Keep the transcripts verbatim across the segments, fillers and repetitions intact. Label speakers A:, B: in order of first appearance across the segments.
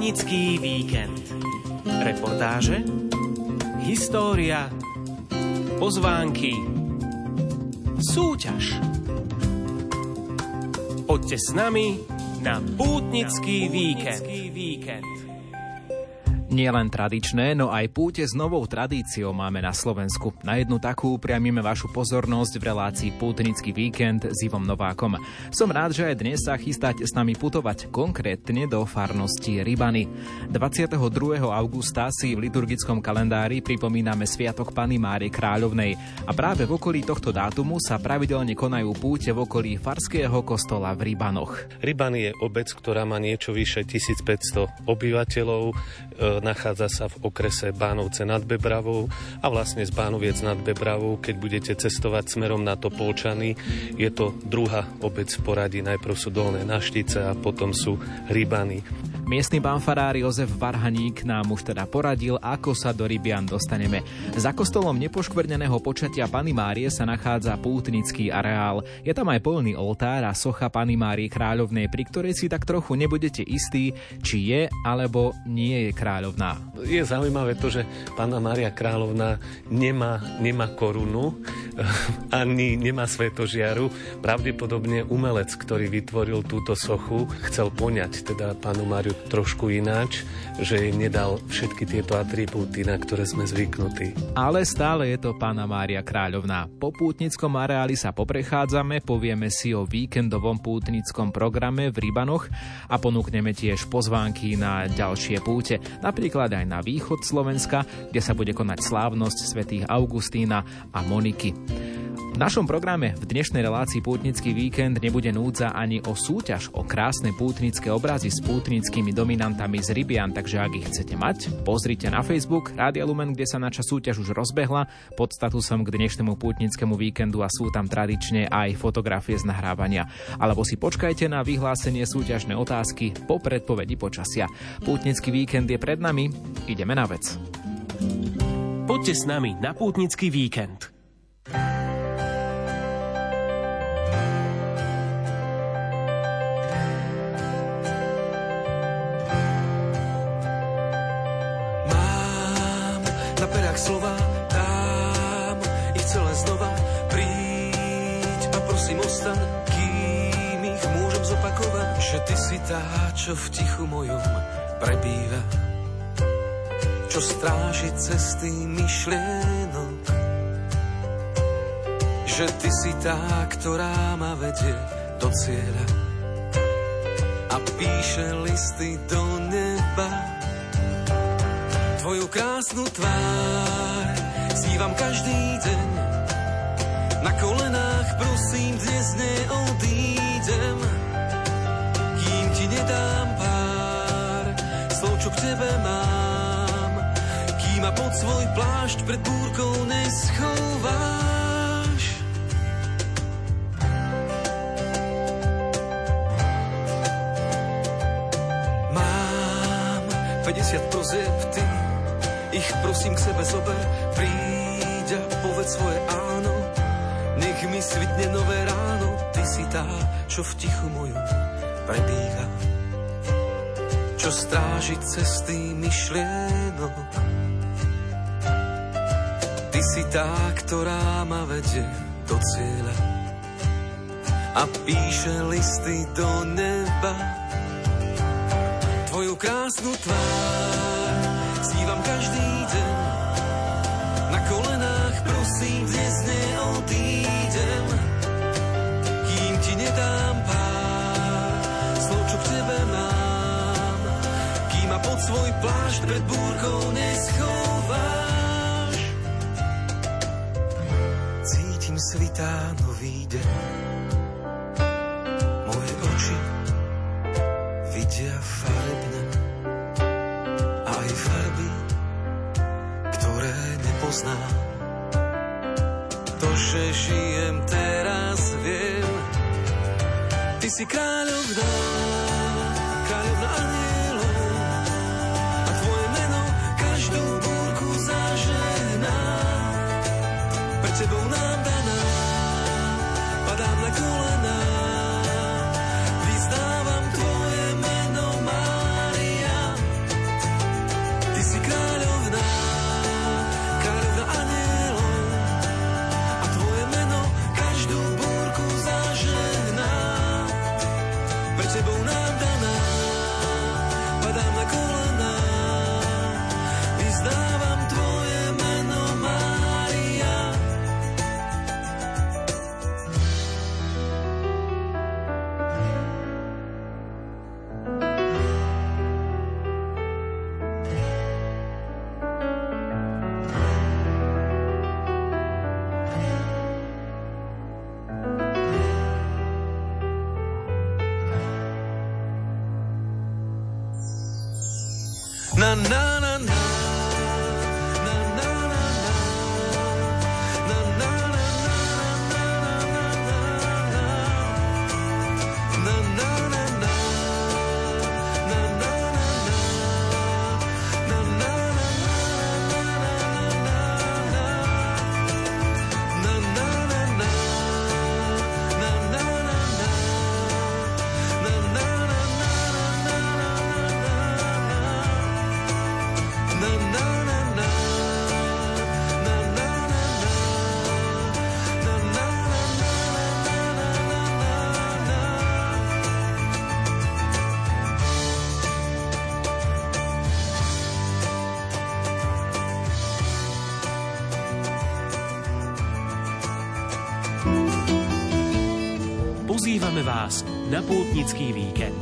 A: Pútnický víkend. Reportáže, história, pozvánky, súťaž. Poďte s nami na Pútnický víkend.
B: Nie len tradičné, no aj púte s novou tradíciou máme na Slovensku. Na jednu takú upriamime vašu pozornosť v relácii Pútnický víkend s Ivom Novákom. Som rád, že aj dnes sa chystáte s nami putovať, konkrétne do farnosti Rybany. dvadsiateho druhého augusta si v liturgickom kalendári pripomíname Sviatok Panny Márie Kráľovnej a práve v okolí tohto dátumu sa pravidelne konajú púte v okolí farského kostola v Rybanoch.
C: Rybany je obec, ktorá má niečo vyše tisícpäťsto obyvateľov. Nachádza sa v okrese Bánovce nad Bebravou a vlastne z Bánoviec nad Bebravou, keď budete cestovať smerom na Topolčany, je to druhá obec v poradí. Najprv sú Dolné Naštice a potom sú Rybany.
B: Miestny pán farár Jozef Varhaník nám už teda poradil, ako sa do Rybian dostaneme. Za kostolom nepoškvrneného počatia Panny Márie sa nachádza pútnický areál. Je tam aj polný oltár a socha Panny Márie Kráľovnej, pri ktorej si tak trochu nebudete istí, či je alebo nie je kráľovná.
C: Je zaujímavé to, že Panna Mária Kráľovná nemá, nemá korunu, ani nemá svetožiaru. Pravdepodobne umelec, ktorý vytvoril túto sochu, chcel poňať teda Pannu Máriu trošku ináč, že jej nedal všetky tieto atribúty, na ktoré sme zvyknutí.
B: Ale stále je to Panna Mária Kráľovná. Po pútnickom areáli sa poprechádzame, povieme si o víkendovom pútnickom programe v Rybanoch a ponúkneme tiež pozvánky na ďalšie púte, napríklad aj na východ Slovenska, kde sa bude konať slávnosť svätých Augustína a Moniky. V našom programe v dnešnej relácii Pútnický víkend nebude núdza ani o súťaž o krásne pútnické obrazy s pútnickými dominantami z Rybian, takže ak ich chcete mať, pozrite na Facebook Rádia Lumen, kde sa naša súťaž už rozbehla pod statusom k dnešnému pútnickému víkendu a sú tam tradične aj fotografie z nahrávania. Alebo si počkajte na vyhlásenie súťažnej otázky po predpovedi počasia. Pútnický víkend je pred nami, ideme na vec.
A: Poďte s nami na Pútnický víkend.
D: Slova, dám ich celé znova. Príď a prosím ostaň, kým ich môžem zopakovať. Že ty si tá, čo v tichu mojom prebýva, čo stráži cesty myšlienok. Že ty si tá, ktorá ma vedie do cieľa a píše listy do neba. Tvoju krásnu tvár snívam každý deň. Na kolenách prosím, dnes neodídem, kým ti nedám pár slov, čo k tebe mám, kým ma pod svoj plášť pred búrkou neschováš. Mám päťdesiat prozieb, ty ich prosím k sebe zober, príď a povedz svoje áno, nech mi svitne nové ráno. Ty si tá, čo v tichu mojom prebíha, čo stráži cesty myšlienok. Ty si tá, ktorá ma vedie do cieľa a píše listy do neba. Tvoju krásnu tvár snívam každý deň. Na kolenách prosím, dnes neodídem, kým ti nedám pár slov, čo k tebe mám, kým ma pod svoj plášť pred búrkou neschováš. Cítim svitá nový deň, moje oči vidia farebne aj farby, ktoré nepoznám. To, že žijem teraz, viem. Ty si kráľovná, kráľovná anielov a tvoje meno každú búrku zažehná. Pred tebou nám daná, padám na kolená, vyznávam tvoje meno Mária.
A: Pozývame vás na pútnický víkend.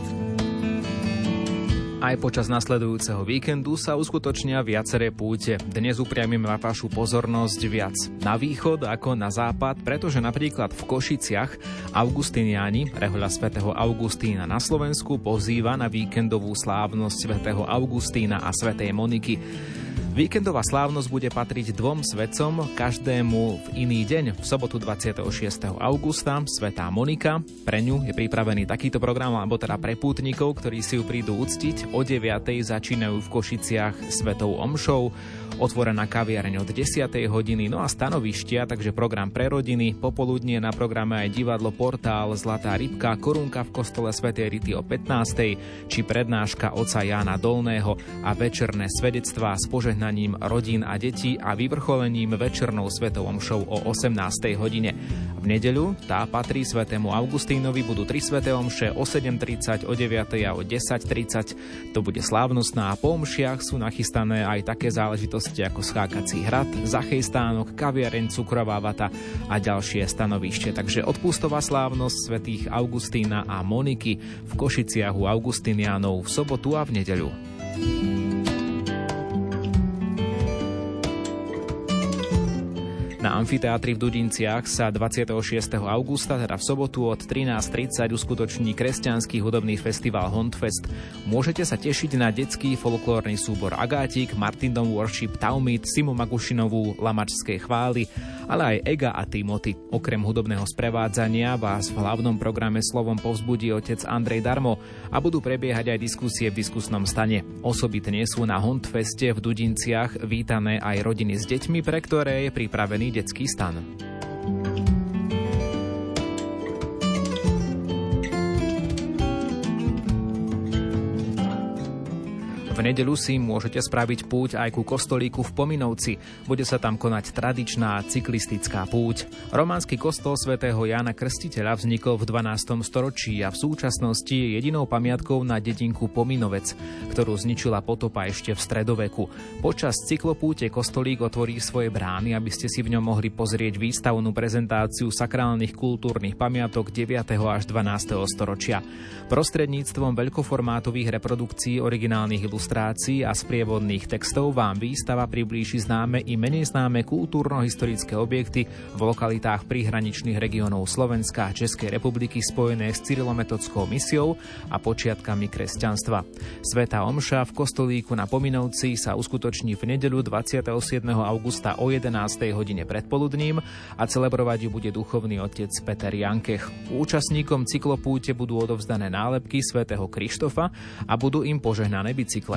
B: Aj počas nasledujúceho víkendu sa uskutočnia viaceré púte. Dnes upriamime vašu pozornosť viac na východ ako na západ, pretože napríklad v Košiciach Augustiniáni, rehoľa svätého Augustína na Slovensku, pozýva na víkendovú slávnosť svätého Augustína a svätej Moniky. Víkendová slávnosť bude patriť dvom svätcom, každému v iný deň. V sobotu dvadsiateho šiesteho augusta svätá Monika. Pre ňu je pripravený takýto program, alebo teda pre pútnikov, ktorí si ju prídu uctiť. O deviatej začínajú v Košiciach svetou omšou. Otvorená kaviareň od desiatej hodiny, no a stanovištia, takže program pre rodiny. Popoludnie na programe aj divadlo Portál, Zlatá rybka, korunka v kostole svätej Rity o pätnástej, či prednáška otca Jána Dolného a večerné svedectvá s požehnaním rodín a detí a vyvrcholením večernou svetou omšou o osemnástej hodine. V nedeľu, tá patrí svätému Augustínovi, budú tri sväté omše o sedem tridsať, o deviatej a o desať tridsať. To bude slávnostná a po omšiach sú nachystané aj také záležitosti ako skákací hrad, zachejstánok, kaviareň, cukrová vata a ďalšie stanovište. Takže odpustová slávnosť svätých Augustína a Moniky v Košiciach u Augustiniánov v sobotu a v nedeľu. Na amfiteátri v Dudinciach sa dvadsiateho šiesteho augusta, teda v sobotu od trinásť tridsať uskutoční kresťanský hudobný festival Hontfest. Môžete sa tešiť na detský folklórny súbor Agátik, Martindom Worship, Taumit, Simu Magušinovú, Lamačské chvály, ale aj Ega a Timothy. Okrem hudobného sprevádzania vás v hlavnom programe slovom povzbudí otec Andrej Darmo a budú prebiehať aj diskusie v diskusnom stane. Osobitne sú na Hontfeste v Dudinciach vítané aj rodiny s deťmi, pre ktoré je pripravený detský stan. V nedeľu si môžete spraviť púť aj ku kostolíku v Pominovci. Bude sa tam konať tradičná cyklistická púť. Románsky kostol svätého Jána Krstiteľa vznikol v dvanástom storočí a v súčasnosti je jedinou pamiatkou na dedinku Pominovec, ktorú zničila potopa ešte v stredoveku. Počas cyklopúte kostolík otvorí svoje brány, aby ste si v ňom mohli pozrieť výstavnú prezentáciu sakrálnych kultúrnych pamiatok deviateho až dvanásteho storočia. Prostredníctvom veľkoformátových reprodukcií originálnych ilustrácií a sprievodných textov vám výstava priblíži známe i menej známe kultúrno-historické objekty v lokalitách príhraničných regiónov Slovenska a Českej republiky spojené s cyrilometodskou misiou a počiatkami kresťanstva. Svätá omša v kostolíku na Pominovci sa uskutoční v nedeľu dvadsiateho siedmeho augusta o jedenástej hodine predpoludním a celebrovať ju bude duchovný otec Peter Jankech. Účastníkom cyklopúte budú odovzdané nálepky svätého Krištofa a budú im požehnané bicykle.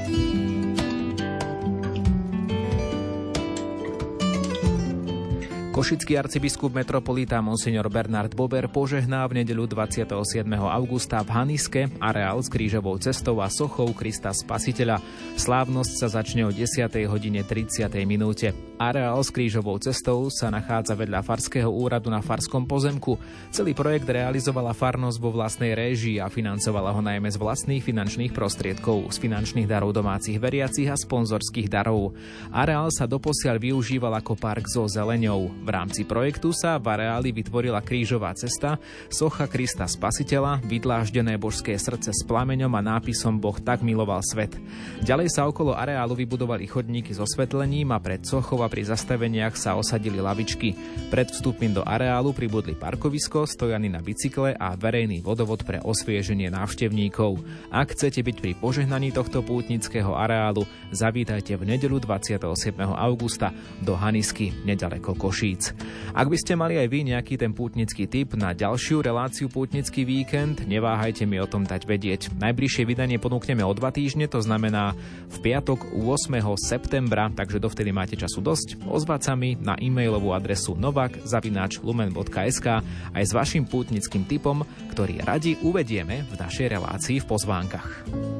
B: Košický arcibiskup metropolita monsignor Bernard Bober požehná v nedeľu dvadsiateho siedmeho augusta v Haniske areál s krížovou cestou a sochou Krista Spasiteľa. Slávnosť sa začne o desiatej hodine tridsiatej minúte. Areál s krížovou cestou sa nachádza vedľa farského úradu na farskom pozemku. Celý projekt realizovala farnosť vo vlastnej réžii a financovala ho najmä z vlastných finančných prostriedkov, z finančných darov domácich veriacich a sponzorských darov. Areál sa doposiaľ využíval ako park so zeleňou. V rámci projektu sa v areáli vytvorila krížová cesta, socha Krista Spasiteľa, vydláždené božské srdce s plameňom a nápisom Boh tak miloval svet. Ďalej sa okolo areálu vybudovali chodníky s osvetlením a pred sochou a pri zastaveniach sa osadili lavičky. Pred vstupom do areálu pribudli parkovisko, stojany na bicykle a verejný vodovod pre osvieženie návštevníkov. Ak chcete byť pri požehnaní tohto pútnického areálu, zavítajte v nedeľu dvadsiateho siedmeho augusta do Hanisky, nedaleko Košíc. Ak by ste mali aj vy nejaký ten pútnický tip na ďalšiu reláciu Pútnický víkend, neváhajte mi o tom dať vedieť. Najbližšie vydanie ponúkneme o dva týždne, to znamená v piatok ôsmeho septembra, takže dovtedy máte času dosť. Ozvať sa mi na e-mailovú adresu novak zavináč lumen bodka es ká aj s vašim pútnickým tipom, ktorý radi uvedieme v našej relácii v pozvánkach.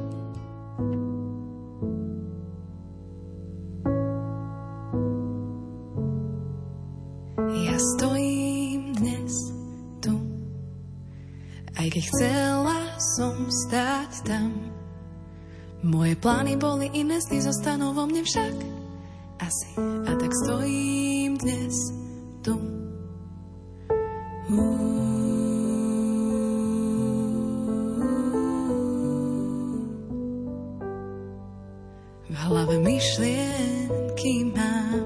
E: Ja stojím dnes tu, aj keď chcela som stáť tam. Moje plány boli iné, sny zostanú vo mne však asi. A tak stojím dnes tu. V hlave myšlienky mám,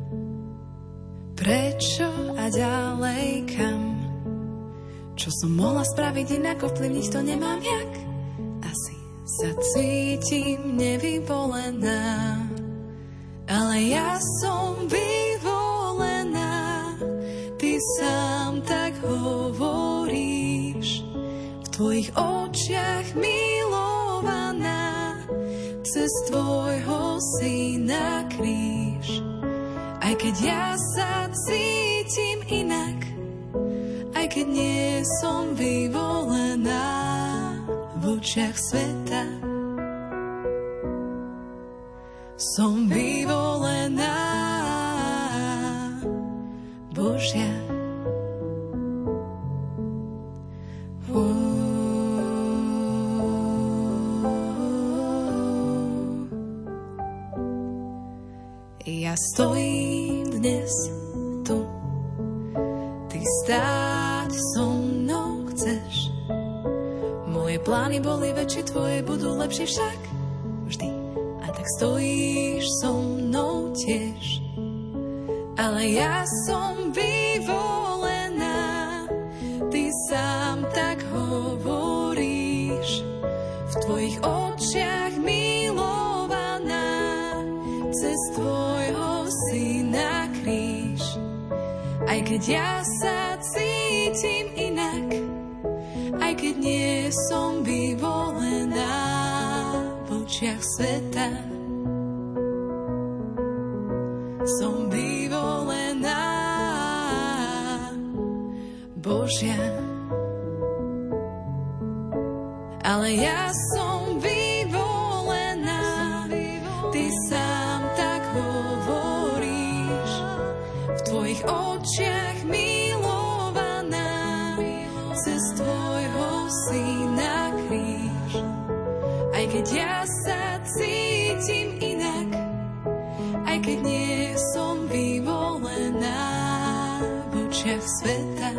E: prečo a ďalej kam. Čo som mohla spraviť inak, ovplyvniť to nemám jak. Asi sa cítim nevyvolená, ale ja som vyvolená. Ty sám tak hovoríš, v tvojich očiach milovaná, cez tvojho syna kríž. Aj keď ja sa cítim inak, aj keď nie som vyvolená v očiach sveta, som vyvolená Božia. Ja stojím dnes tu, ty stáť so mnou chceš. Moje plány boli väčšie, tvoje budú lepšie však vždy. A tak stojíš so mnou tiež. Ale ja som vyvolená, ty sám tak hovoríš, v tvojich očiach milovaná, cez tvojho syna kríž. Aj keď ja sa cítim inak, aj keď nie som vyvolená v očiach sveta, som vyvolená Božia. Ale ja som vyvolená, ty sám tak hovoríš, v tvojich očiach milovaná, cez tvojho syna kríž. Aj keď ja sa cítim inak, aj keď nie som vyvolená v očiach sveta,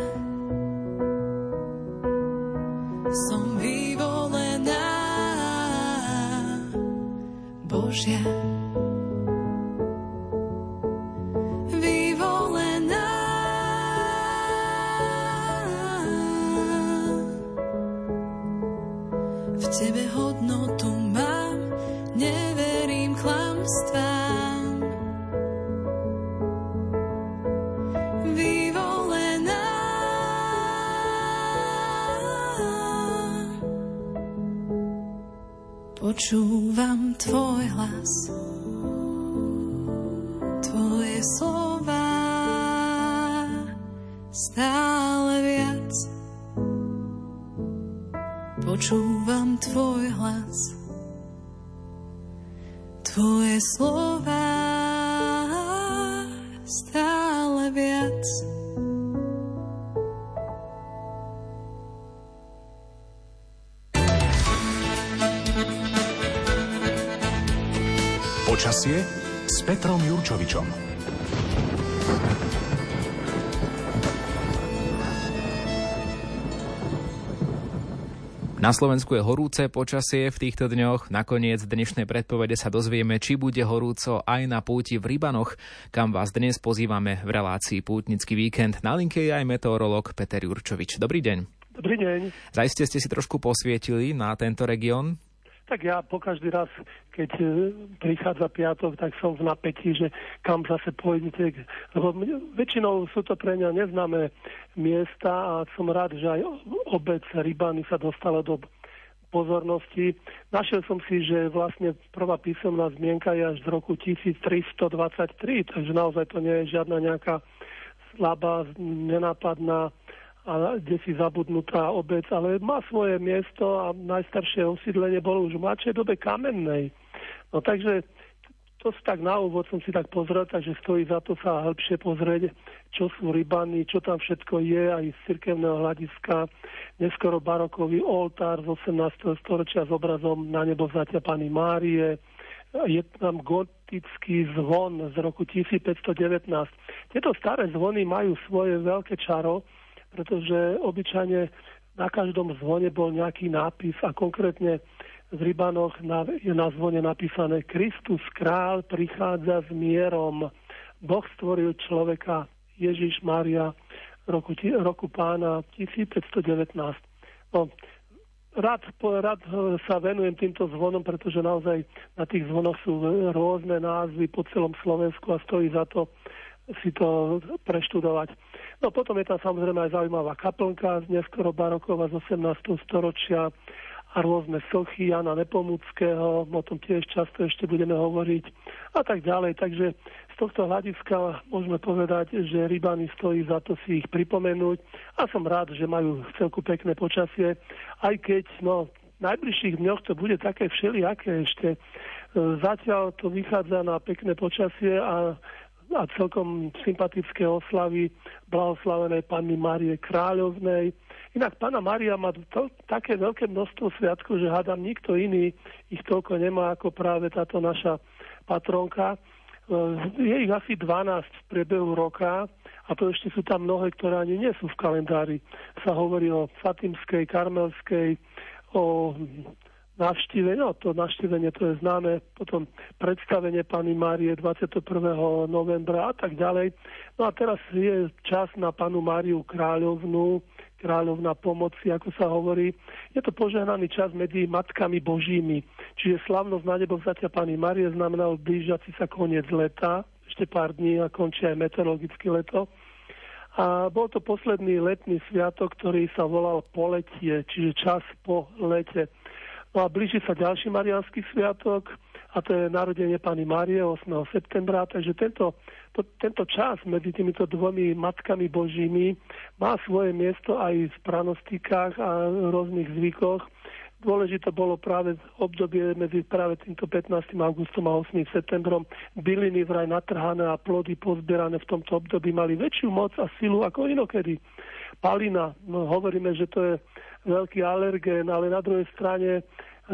E: som vyvolená Božia. Vyvolená. V tebe hodnotu mám, neverím klamstvám. Vyvolená. Počúvam tvoj hlas, tvoje slová stále viac. Počúvam tvoj hlas, tvoje slová stále viac.
F: Počasie s Petrom Jurčovičom.
B: Na Slovensku je horúce počasie v týchto dňoch. Nakoniec dnešnej predpovede sa dozvieme, či bude horúco aj na púti v Rybanoch, kam vás dnes pozývame v relácii Pútnický víkend. Na linke je aj meteorológ Peter Jurčovič. Dobrý deň.
F: Dobrý deň.
B: Zajisté ste si trošku posvietili na tento región?
F: Tak ja po každý raz, keď prichádza piatok, tak som v napätí, že kam zase pôjdete. Lebo väčšinou sú to pre mňa neznáme miesta a som rád, že aj obec Rybany sa dostala do pozornosti. Našiel som si, že vlastne prvá písomná zmienka je až z roku tisíctristodvadsaťtri, takže naozaj to nie je žiadna nejaká slabá, nenápadná a kde si zabudnutá obec, ale má svoje miesto a najstaršie osídlenie bolo už v mladšej dobe kamennej. No takže to si tak na úvod som si tak pozrel, takže stojí za to sa hĺbšie pozrieť, čo sú Rybany, čo tam všetko je, aj z cirkevného hľadiska. Neskoro barokový oltár z osemnásteho storočia s obrazom Na nebo vzatia Panny Márie. Je tam gotický zvon z roku tisícpäťstodevätnásť. Tieto staré zvony majú svoje veľké čaro, pretože obyčajne na každom zvone bol nejaký nápis a konkrétne v Rybanoch je na zvone napísané Kristus kráľ prichádza s mierom. Boh stvoril človeka Ježiš Mária roku, roku pána tisícpäťstodevätnásť. No, rád, rád sa venujem týmto zvonom, pretože naozaj na tých zvonoch sú rôzne názvy po celom Slovensku a stojí za to si to preštudovať. No potom je tam samozrejme aj zaujímavá kaplnka z neskoro barokova z osemnásteho storočia a rôzne sochy Jana Nepomuckého, o tom tiež často ešte budeme hovoriť a tak ďalej. Takže z tohto hľadiska môžeme povedať, že Rybany stojí za to si ich pripomenúť a som rád, že majú celku pekné počasie, aj keď no, v najbližších dňoch to bude také všelijaké ešte. Zatiaľ to vychádza na pekné počasie a a celkom sympatické oslavy blahoslavenej Panny Márie Kráľovnej. Inak Panna Mária má to, také veľké množstvo sviatkov, že hádam nikto iný ich toľko nemá ako práve táto naša patronka. Je ich asi dvanásť v priebehu roka a to ešte sú tam mnohé, ktoré ani nie sú v kalendári. Sa hovorí o Fatimskej, Karmelskej, o navštívenie, no to navštívenie to je známe, potom predstavenie Panny Márie dvadsiateho prvého novembra a tak ďalej. No a teraz je čas na Pannu Máriu Kráľovnú, Kráľovná pomoci, ako sa hovorí. Je to požehnaný čas medzi matkami božími, čiže slavnosť Na nebo vzatia Panny Márie znamená blížiaci sa koniec leta, ešte pár dní a končí aj meteorologické leto. A bol to posledný letný sviatok, ktorý sa volal Poletie, čiže čas po lete. No a blíži sa ďalší mariánsky sviatok a to je narodenie Panny Márie ôsmeho septembra, takže tento, to, tento čas medzi týmito dvomi matkami božími má svoje miesto aj v pranostikách a rôznych zvykoch. Dôležité bolo práve obdobie medzi práve týmto pätnástym augustom a ôsmym septembrom. Byliny vraj natrhané a plody pozbierané v tomto období mali väčšiu moc a silu ako inokedy. Palina, no hovoríme, že to je veľký alergén, ale na druhej strane e,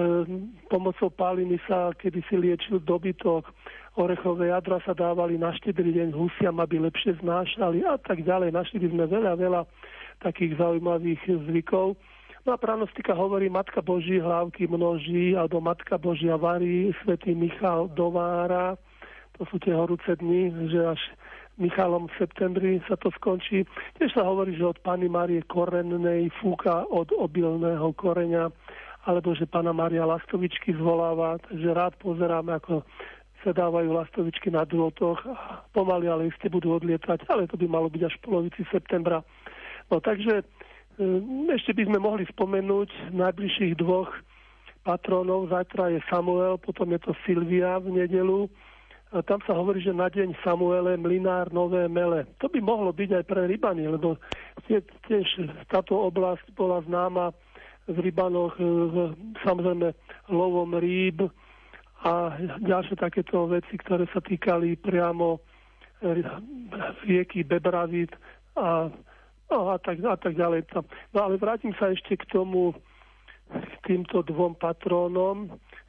F: pomocou paliny sa kedysi liečil dobytok, orechové jadra sa dávali na štedrý deň husiam, aby lepšie znášali a tak ďalej. Našli by sme veľa, veľa takých zaujímavých zvykov. No a pranostika hovorí, Matka Boží hlávky množí, alebo Matka Božia varí, svätý Michal dovára. To sú tie horúce dni, že až Michalom v septembri sa to skončí. Tiež sa hovorí, že od Panny Márie korennej fúka od obilného koreňa, alebo že Panna Mária lastovičky zvoláva, takže rád pozeráme, ako sedávajú lastovičky na drôtoch a pomaly, ale iste budú odlietať, ale to by malo byť až v polovici septembra. No takže ešte by sme mohli spomenúť najbližších dvoch patrónov. Zajtra je Samuel, potom je to Silvia v nedeľu. A tam sa hovorí, že na deň Samuele mlynár nové mele. To by mohlo byť aj pre Rybany, lebo tiež táto oblasť bola známa v Rybanoch samozrejme lovom rýb a ďalšie takéto veci, ktoré sa týkali priamo rieky Bebravit a, no, a, tak, a tak ďalej. No ale vrátim sa ešte k tomu, k týmto dvom patrónom.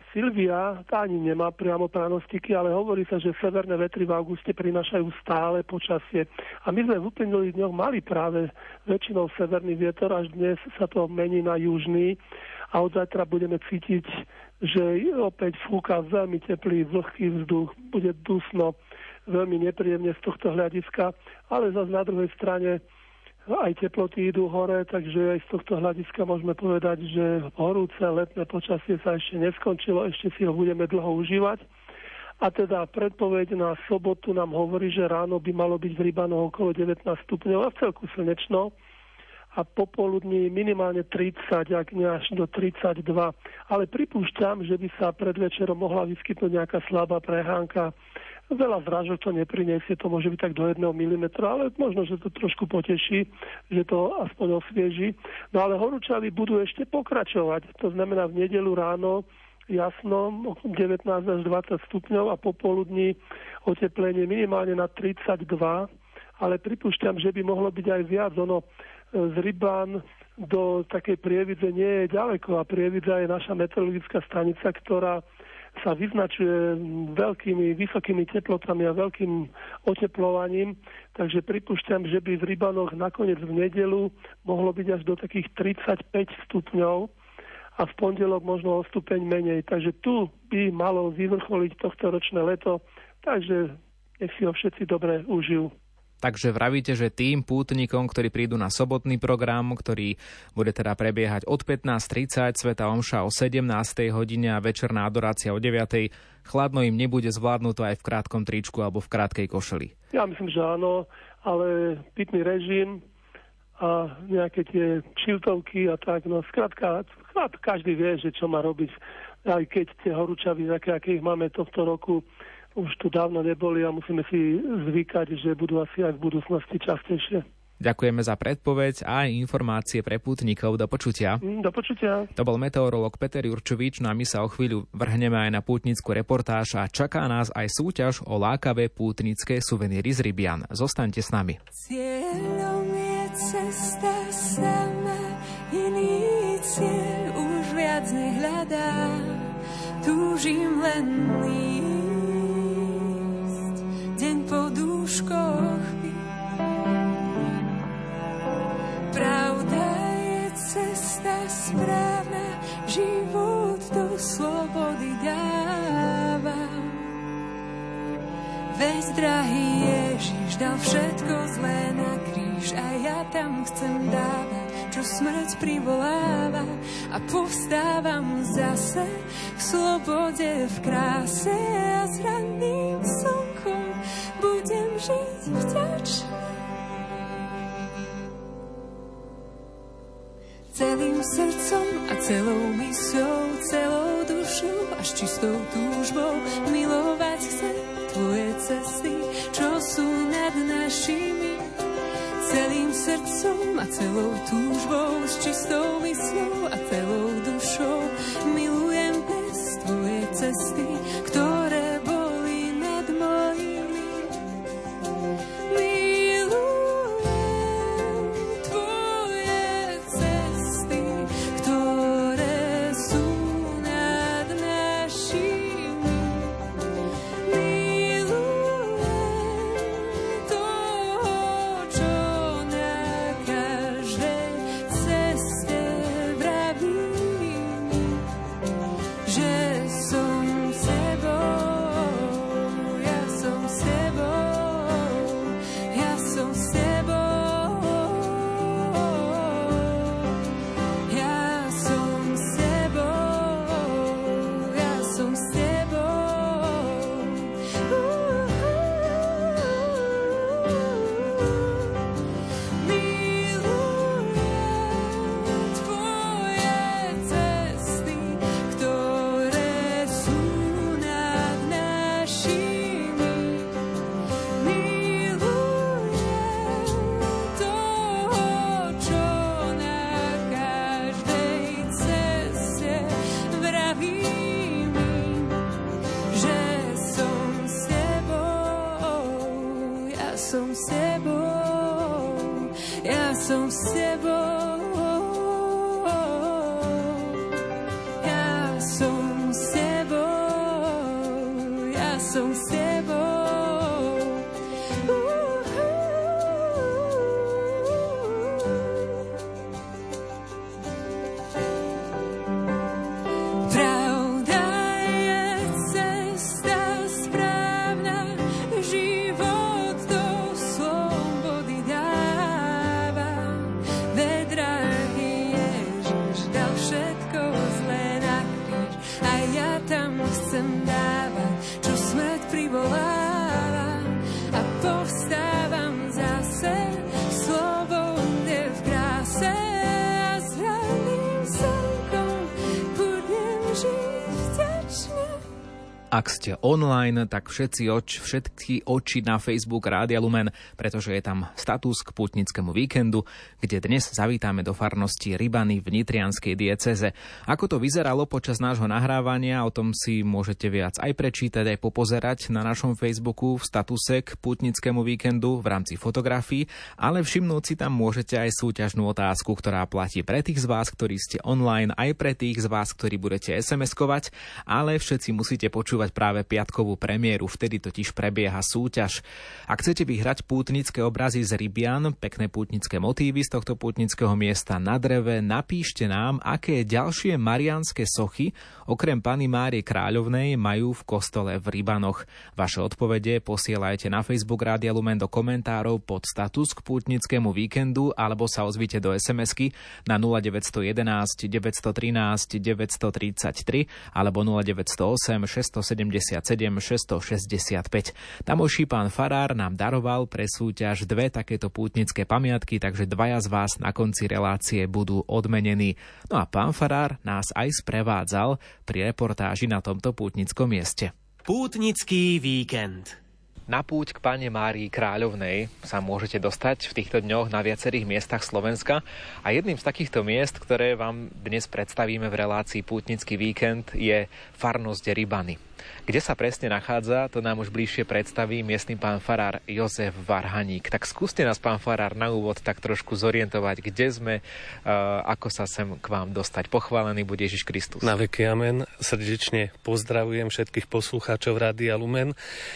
F: Silvia, tá ani nemá priamo pranostiky, ale hovorí sa, že severné vetry v auguste prinášajú stále počasie. A my sme v uplynulých dňoch mali práve väčšinou severný vietor, až dnes sa to mení na južný a od zajtra budeme cítiť, že opäť fúka veľmi teplý, vlhký vzduch, bude dusno, veľmi nepríjemne z tohto hľadiska, ale zase na druhej strane aj teploty idú hore, takže aj z tohto hľadiska môžeme povedať, že horúce letné počasie sa ešte neskončilo, ešte si ho budeme dlho užívať. A teda predpoveď na sobotu nám hovorí, že ráno by malo byť v Rybanoch okolo devätnásť stupňov a v celku slnečno a popoludní minimálne tridsať, ak nie až do tridsaťdva. Ale pripúšťam, že by sa pred večerom mohla vyskytnúť nejaká slabá prehánka. Veľa zrážok to nepriniesie, to môže byť tak do jedného milimetra, ale možno, že to trošku poteší, že to aspoň osvieží. No ale horúčavy budú ešte pokračovať. To znamená v nedeľu ráno jasno devätnásť až dvadsať stupňov a popoludní oteplenie minimálne na tridsaťdva, ale pripúšťam, že by mohlo byť aj viac. Ono z Rybán do takej Prievidze nie je ďaleko a Prievidza je naša meteorologická stanica, ktorá sa vyznačuje veľkými, vysokými teplotami a veľkým oteplovaním, takže pripúšťam, že by v Rybanoch nakoniec v nedeľu mohlo byť až do takých tridsaťpäť stupňov a v pondelok možno o stupeň menej. Takže tu by malo vyvrcholiť tohto ročné leto, takže nech si ho všetci dobre užijú.
B: Takže vravíte, že tým pútnikom, ktorí prídu na sobotný program, ktorý bude teda prebiehať od pätnásť tridsať, svätá omša o sedemnástej hodine a večerná adorácia o deviatej, chladno im nebude zvládnuto aj v krátkom tričku alebo v krátkej košeli. Ja
F: myslím, že áno, ale pitný režim a nejaké tie čiltovky a tak, no skrátka, každý vie, že čo má robiť, aj keď tie horúčavy, aké, aké ich máme tohto roku, už tu dávno neboli a musíme si zvykať, že budú asi aj v budúcnosti častejšie.
B: Ďakujeme za predpoveď a informácie pre pútnikov. Do počutia.
F: Do počutia.
B: To bol meteorológ Peter Jurčovič, no a my sa o chvíľu vrhneme aj na pútnickú reportáž a čaká nás aj súťaž o lákavé pútnické suveníry z Rybian. Zostaňte s nami.
G: Cieľom je cesta sama, iný cieľ už viac nehľadám. Túžim len ísť, deň po dúškoch pravda je cesta správna, život do slobody dáva. Veď drahý Ježiš dal všetko zlé na kríž a ja tam chcem dávať, čo smrť privoláva a povstávam zase v slobode, v kráse a s ranným slnkom budem žiť vďačný. Celým srdcom a celou mysľou, celou dušou až čistou túžbou milovať chcem tvoje cesty, čo sú nad našimi. Celým srdcom a celou túžbou, s čistou mysľou a celou dušou milujem dnes tvoje cesty, ktoré boli nad mojimi. Ja som s tebou.
B: Ak ste online, tak všetci oč, všetky oči na Facebook Rádia Lumen, pretože je tam status k pútnickému víkendu, kde dnes zavítame do farnosti Rybany v nitrianskej diecéze. Ako to vyzeralo počas nášho nahrávania, o tom si môžete viac aj prečítať, aj popozerať na našom Facebooku v statuse k pútnickému víkendu v rámci fotografií, ale všimnúť si tam môžete aj súťažnú otázku, ktorá platí pre tých z vás, ktorí ste online, aj pre tých z vás, ktorí budete es em eskovať, ale všetci musíte počuť práve piatkovú premiéru, vtedy totiž prebieha súťaž. Ak chcete vyhrať pútnické obrazy z Rybian, pekné pútnické motívy z tohto pútnického miesta na dreve, napíšte nám, aké ďalšie mariánske sochy okrem Panny Márie Kráľovnej majú v kostole v Rybanoch. Vaše odpovede posielajte na Facebook Rádia Lumen do komentárov pod status k pútnickému víkendu alebo sa ozvite do es em esky na nula deväť jeden jedna, deväť jedna tri, deväť tri tri alebo nula deväť nula osem, šesť sedem sedem, šesť šesť päť. Tamoší pán farár nám daroval pre súťaž dve takéto pútnické pamiatky, takže dvaja z vás na konci relácie budú odmenení. No a pán farár nás aj sprevádzal pri reportáži na tomto pútnickom mieste.
A: Pútnický víkend.
B: Na púť k Panne Márii Kráľovnej sa môžete dostať v týchto dňoch na viacerých miestach Slovenska a jedným z takýchto miest, ktoré vám dnes predstavíme v relácii Pútnický víkend, je farnosť Rybany. Kde sa presne nachádza, to nám už bližšie predstaví miestny pán farár Jozef Varhaník. Tak skúste nás, pán farár, na úvod tak trošku zorientovať, kde sme, uh, ako sa sem k vám dostať. Pochválený bude Ježiš Kristus.
C: Na veky amen. Srdečne pozdravujem všetkých poslucháčov Rádia Lumen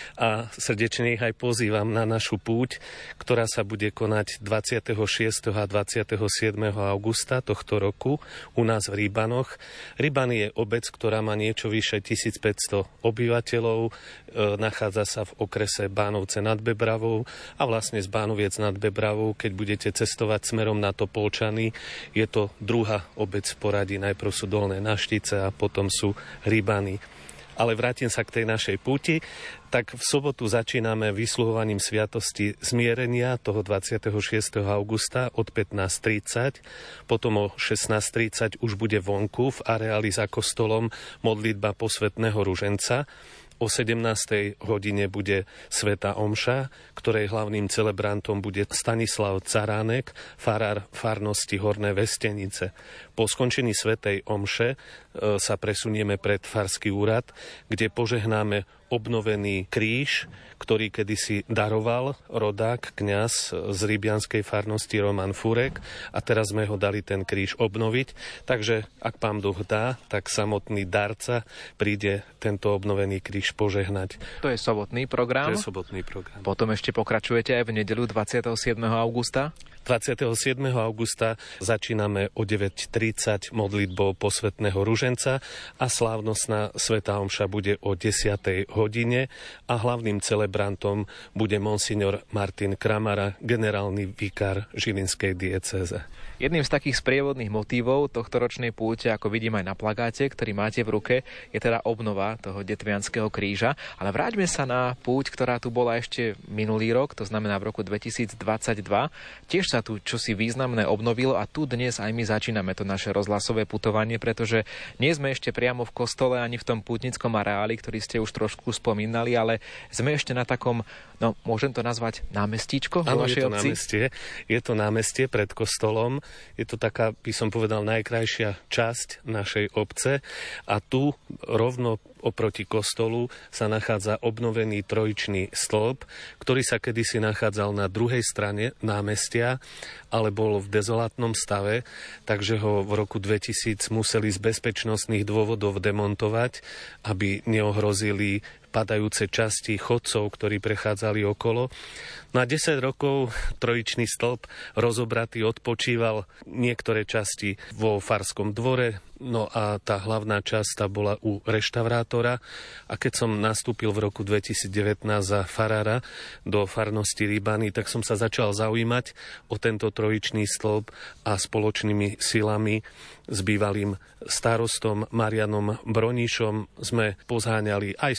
C: a srdečne ich aj pozývam na našu púť, ktorá sa bude konať dvadsiateho šiesteho a dvadsiateho siedmeho augusta tohto roku u nás v Rybanoch. Rybany je obec, ktorá má niečo vyše tisícpäťsto obyvateľov, e, nachádza sa v okrese Bánovce nad Bebravou a vlastne z Bánoviec nad Bebravou, keď budete cestovať smerom na Topolčany, je to druhá obec v poradí, najprv sú Dolné Naštice a potom sú Rybany. Ale vrátim sa k tej našej púti. Tak v sobotu začíname vysluhovaním sviatosti zmierenia toho dvadsiateho šiesteho augusta od pätnásť tridsať. Potom o šestnásť tridsať už bude vonku v areáli za kostolom modlitba posvätného ruženca. O sedemnástej hodine bude svätá omša, ktorej hlavným celebrantom bude Stanislav Caránek, farár farnosti Horné Vestenice. Po skončení svätej omše e, sa presunieme pred farský úrad, kde požehnáme obnovený kríž, ktorý kedysi daroval rodák, kňaz z rybianskej farnosti Roman Furek a teraz sme ho dali ten kríž obnoviť. Takže ak pán Duh dá, tak samotný darca príde tento obnovený kríž požehnať.
B: To je sobotný program.
C: To je sobotný program.
B: Potom ešte pokračujete aj v nedeľu dvadsiateho siedmeho augusta.
C: dvadsiateho siedmeho augusta začíname o deväť tridsať modlitbou posvätného ruženca a slávnostná svätá omša bude o desiatej hodine a hlavným celebrantom bude monsignor Martin Kramara, generálny vikár žilinskej diecéze.
B: Jedným z takých sprievodných motívov tohto ročnej púte, ako vidím aj na plagáte, ktorý máte v ruke, je teda obnova toho detvianskeho kríža. Ale vráťme sa na púť, ktorá tu bola ešte minulý rok, to znamená v roku dvetisícdvadsaťdva. Tiež sa tu čosi významné obnovilo a tu dnes aj my začíname to naše rozhlasové putovanie, pretože nie sme ešte priamo v kostole ani v tom pútnickom areáli, ktorý ste už trošku spomínali, ale sme ešte na takom, no môžem to nazvať námestíčko vo vašej obci?
C: Námestie. Je to námestie pred kostolom. Je to taká, by som povedal, najkrajšia časť našej obce a tu rovno oproti kostolu sa nachádza obnovený trojičný stĺp, ktorý sa kedysi nachádzal na druhej strane námestia, ale bol v dezolátnom stave, takže ho v roku dvetisíc museli z bezpečnostných dôvodov demontovať, aby neohrozili padajúce časti chodcov, ktorí prechádzali okolo. Na desať rokov trojičný stĺp rozobratý odpočíval niektoré časti vo farskom dvore, no a tá hlavná časť tá bola u reštaurátora. A keď som nastúpil v roku dvetisícdevätnásť za farára do farnosti Rybany, tak som sa začal zaujímať o tento trojičný stĺp a spoločnými silami s bývalým starostom Marianom Broníšom sme pozháňali aj sponzor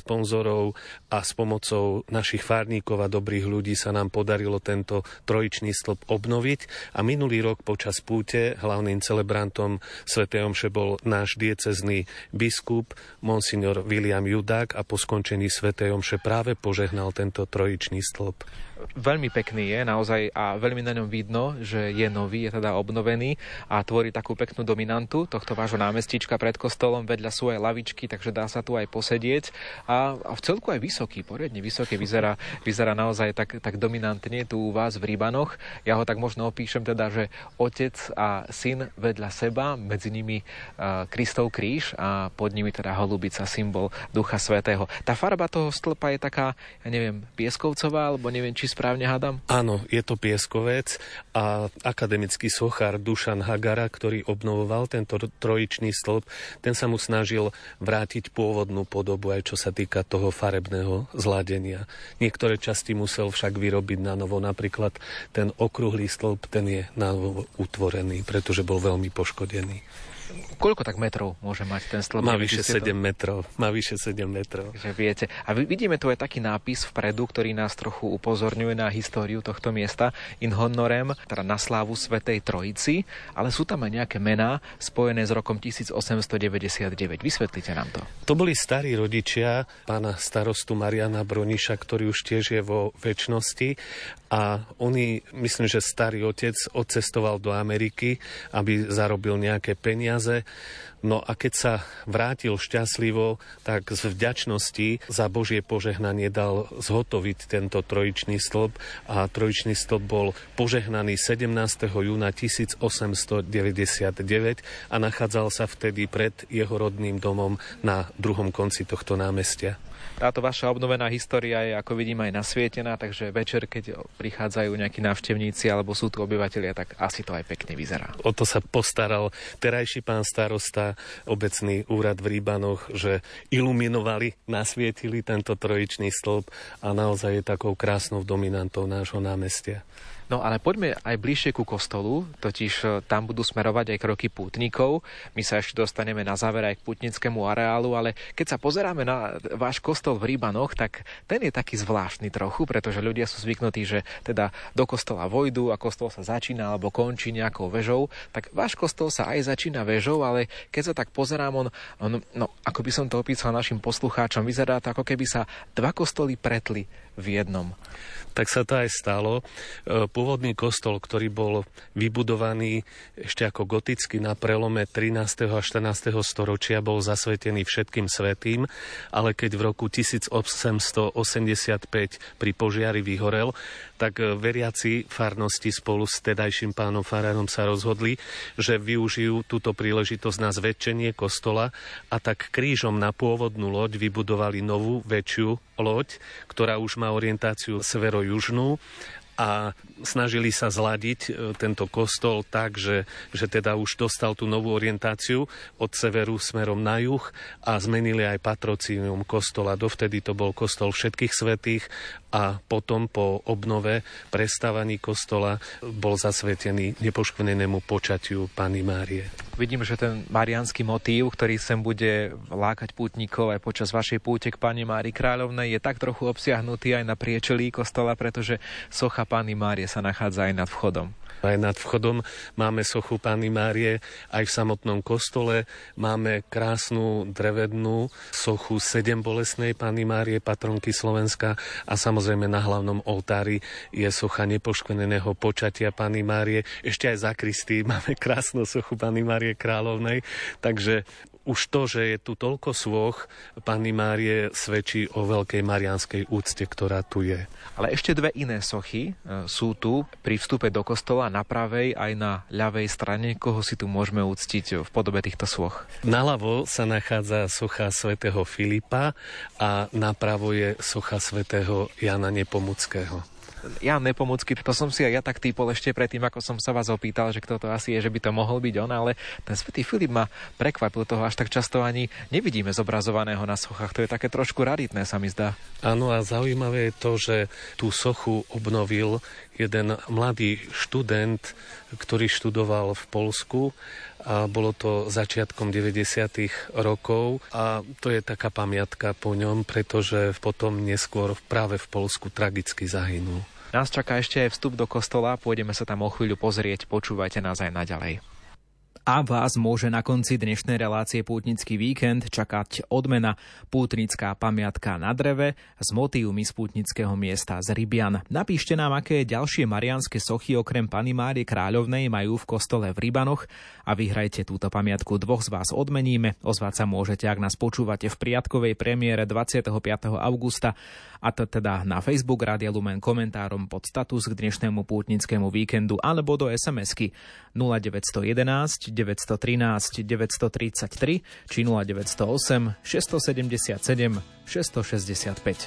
C: pastorov a s pomocou našich farníkov a dobrých ľudí sa nám podarilo tento trojičný stĺp obnoviť a minulý rok počas púte hlavným celebrantom svätej omše bol náš diecézny biskup monsignor William Judák a po skončení svätej omše práve požehnal tento trojičný stĺp.
B: Veľmi pekný je naozaj a veľmi na ňom vidno, že je nový, je teda obnovený a tvorí takú peknú dominantu tohto vášho námestíčka pred kostolom. Vedľa sú aj lavičky, takže dá sa tu aj posedieť a, a v celku aj vysoký, poriadne vysoký, vyzerá, vyzerá naozaj tak, tak dominantne tu u vás v Rybanoch. Ja ho tak možno opíšem teda, že otec a syn vedľa seba, medzi nimi uh, Kristov kríž a pod nimi teda holubica, symbol Ducha Svätého. Tá farba toho stĺpa je taká, ja neviem, pieskovcová, alebo neviem, či správne hádam?
C: Áno, je to pieskovec a akademický sochár Dušan Hagara, ktorý obnovoval tento trojičný stĺp, ten sa mu snažil vrátiť pôvodnú podobu, aj čo sa týka toho farebného zladenia. Niektoré časti musel však vyrobiť na novo, napríklad ten okrúhly stĺp, ten je na novo utvorený, pretože bol veľmi poškodený.
B: Koľko tak metrov môže mať ten stĺp?
C: Má vyše sedem metrov. Má vyše sedem metrov.
B: Že viete. A vidíme tu aj taký nápis vpredu, ktorý nás trochu upozorňuje na históriu tohto miesta. In honorem, teda na slávu Svätej Trojici, ale sú tam aj nejaké mená spojené s rokom tisícosemstodeväťdesiatdeväť. Vysvetlite nám to.
C: To boli starí rodičia pána starostu Mariana Broniša, ktorý už tiež je vo večnosti. A oni, myslím, že starý otec odcestoval do Ameriky, aby zarobil nejaké peniaze. No a keď sa vrátil šťastlivo, tak z vďačnosti za Božie požehnanie dal zhotoviť tento trojičný stĺp a trojičný stĺp bol požehnaný sedemnásteho júna tisícosemstodeväťdesiatdeväť a nachádzal sa vtedy pred jeho rodným domom na druhom konci tohto námestia.
B: Táto vaša obnovená história je, ako vidím, aj nasvietená, takže večer, keď prichádzajú nejakí návštevníci alebo sú tu obyvatelia, tak asi to aj pekne vyzerá.
C: O to sa postaral terajší pán starosta, obecný úrad v Rybanoch, že iluminovali, nasvietili tento trojičný stĺp a naozaj je takou krásnou dominantou nášho námestia.
B: No ale poďme aj bližšie ku kostolu, totiž tam budú smerovať aj kroky pútnikov. My sa ešte dostaneme na záver aj k pútnickému areálu, ale keď sa pozeráme na váš kostol v Rybanoch, tak ten je taký zvláštny trochu, pretože ľudia sú zvyknutí, že teda do kostola vojdu a kostol sa začína alebo končí nejakou vežou, tak váš kostol sa aj začína vežou, ale keď sa tak pozerám, on, on no, ako by som to opísal našim poslucháčom, vyzerá to, ako keby sa dva kostoly pretli v jednom.
C: Tak sa to aj stalo. Pôvodný kostol, ktorý bol vybudovaný ešte ako gotický na prelome trinásteho a štrnásteho storočia, bol zasvetený všetkým svätým, ale keď v roku tisícosemstoosemdesiatpäť pri požiari vyhorel, tak veriaci farnosti spolu s tedajším pánom farárom sa rozhodli, že využijú túto príležitosť na zväčšenie kostola a tak krížom na pôvodnú loď vybudovali novú, väčšiu loď, ktorá už má orientáciu severo-južnú a snažili sa zladiť tento kostol tak, že, že teda už dostal tú novú orientáciu od severu smerom na juh a zmenili aj patrocínium kostola. Dovtedy to bol kostol všetkých svätých a potom po obnove, prestávaní kostola bol zasvetený nepoškvrnenému počatiu Panny Márie.
B: Vidím, že ten mariánsky motív, ktorý sem bude lákať pútnikov aj počas vašej púte k Panne Márii Kráľovnej, je tak trochu obsiahnutý aj na priečelí kostola, pretože socha Panny Márie sa nachádza aj nad vchodom.
C: Aj nad vchodom máme sochu Panny Márie, aj v samotnom kostole máme krásnu drevenú sochu sedembolestnej Panny Márie, patronky Slovenska a samozrejme na hlavnom oltári je socha nepoškvrneného počatia Panny Márie. Ešte aj za Kristy máme krásnu sochu Panny Márie Kráľovnej, takže už to, že je tu toľko sôch Panny Márie, svedčí o veľkej mariánskej úcte, ktorá tu je.
B: Ale ešte dve iné sochy sú tu pri vstupe do kostola na pravej aj na ľavej strane. Koho si tu môžeme uctiť v podobe týchto sôch?
C: Naľavo sa nachádza socha svätého Filipa a napravo je socha svätého Jana Nepomuckého.
B: Jan Nepomucký, to som si aj ja tak týpol ešte predtým, ako som sa vás opýtal, že kto to asi je, že by to mohol byť on, ale ten svätý Filip ma prekvapil, toho až tak často ani nevidíme zobrazovaného na sochách. To je také trošku raritné, sa mi zdá.
C: Áno, a zaujímavé je to, že tú sochu obnovil jeden mladý študent, ktorý študoval v Poľsku a bolo to začiatkom deväťdesiatych rokov a to je taká pamiatka po ňom, pretože potom neskôr práve v Poľsku tragicky zahynul.
B: Nás čaká ešte aj vstup do kostola, pôjdeme sa tam o chvíľu pozrieť, počúvajte nás aj naďalej. A vás môže na konci dnešnej relácie Pútnický víkend čakať odmena Pútnická pamiatka na dreve s motívmi z pútnického miesta z Rybian. Napíšte nám, aké ďalšie mariánske sochy okrem Panny Márie Kráľovnej majú v kostole v Rybanoch a vyhrajte túto pamiatku. Dvoch z vás odmeníme. Ozvať sa môžete, ak nás počúvate v priatkovej premiére dvadsiateho piateho augusta, a to teda na Facebook Rádia Lumen komentárom pod status k dnešnému pútnickému víkendu alebo do es em esky nula deväť jedna jedna, deväť jedna tri, deväť tri tri či nula deväť nula osem, šesť sedem sedem, šesť šesť päť.